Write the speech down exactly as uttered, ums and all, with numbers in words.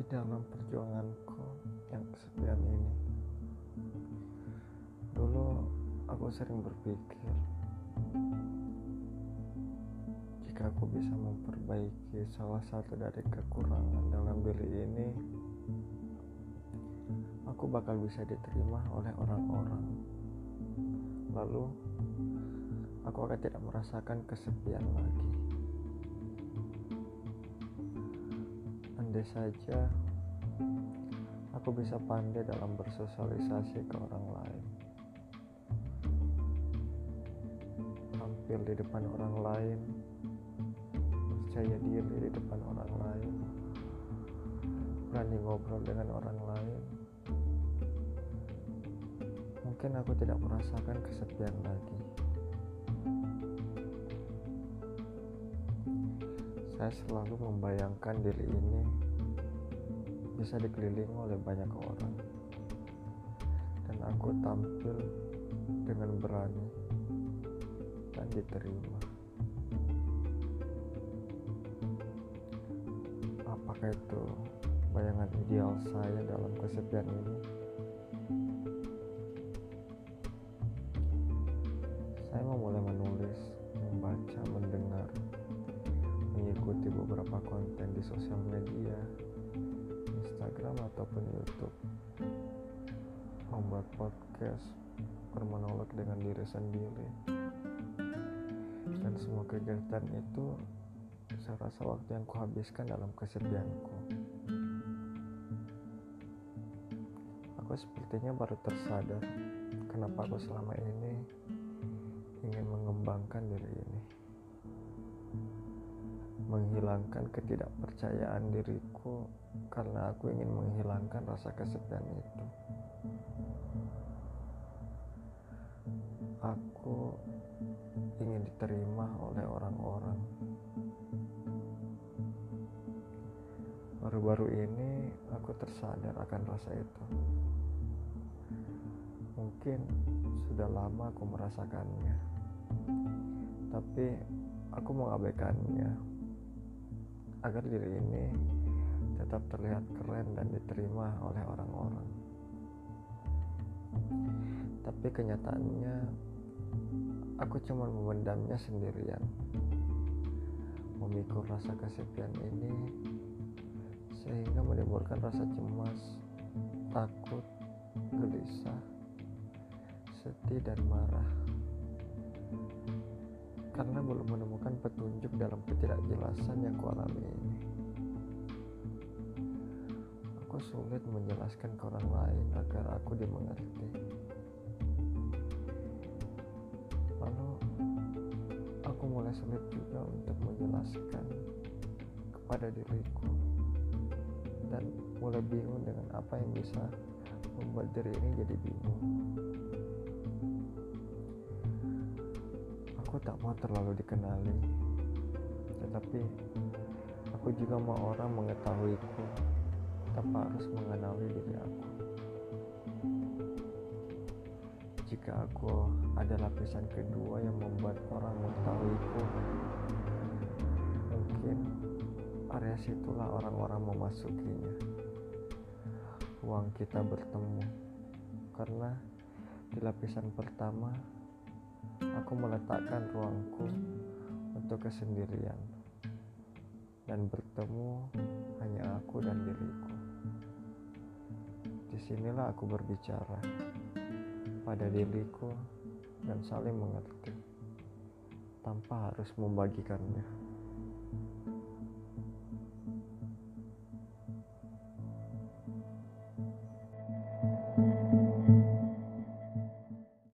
dalam perjuanganku yang kesepian ini. Dulu aku sering berpikir, jika aku bisa memperbaiki salah satu dari kekurangan dalam diri ini, aku bakal bisa diterima oleh orang-orang. Lalu, aku akan tidak merasakan kesepian lagi. Andai saja aku bisa pandai dalam bersosialisasi ke orang lain, tampil di depan orang lain, percaya diri di depan orang lain, berani ngobrol dengan orang lain, mungkin aku tidak merasakan kesepian lagi. Saya selalu membayangkan diri ini bisa dikelilingi oleh banyak orang, dan aku tampil dengan berani dan diterima. Apakah itu bayangan ideal saya dalam kesepian ini? Saya memulai menulis, membaca, mendengar, mengikuti beberapa konten di sosial media, Instagram ataupun YouTube, membuat podcast, bermonolog dengan diri sendiri, dan semua kegiatan itu saya rasa waktu yang kuhabiskan dalam kesepianku. Aku sepertinya baru tersadar kenapa aku selama ini ingin mengembangkan diri ini, menghilangkan ketidakpercayaan diriku karena aku ingin menghilangkan rasa kesepian itu. Aku ingin diterima oleh orang-orang. Baru-baru ini aku tersadar akan rasa itu. Mungkin sudah lama aku merasakannya, tapi aku mengabaikannya agar diri ini tetap terlihat keren dan diterima oleh orang-orang. Tapi kenyataannya aku cuma memendamnya sendirian, memikul rasa kesepian ini sehingga menimbulkan rasa cemas, takut, gelisah, sedih dan marah karena belum menemukan petunjuk dalam ketidakjelasan yang kualami ini. Aku sulit menjelaskan ke orang lain agar aku dimengerti. Lalu aku mulai sulit juga untuk menjelaskan kepada diriku, dan mulai bingung dengan apa yang bisa membuat diri ini jadi bingung. Aku tak mau terlalu dikenali, tetapi aku juga mau orang mengetahuiku tanpa harus mengenali diri aku. Jika aku ada lapisan kedua yang membuat orang mengetahuiku, mungkin area situlah orang-orang memasukinya. Ruang kita bertemu, karena di lapisan pertama aku meletakkan ruangku untuk kesendirian, dan bertemu hanya aku dan diriku. Disinilah aku berbicara pada diriku dan saling mengerti tanpa harus membagikannya.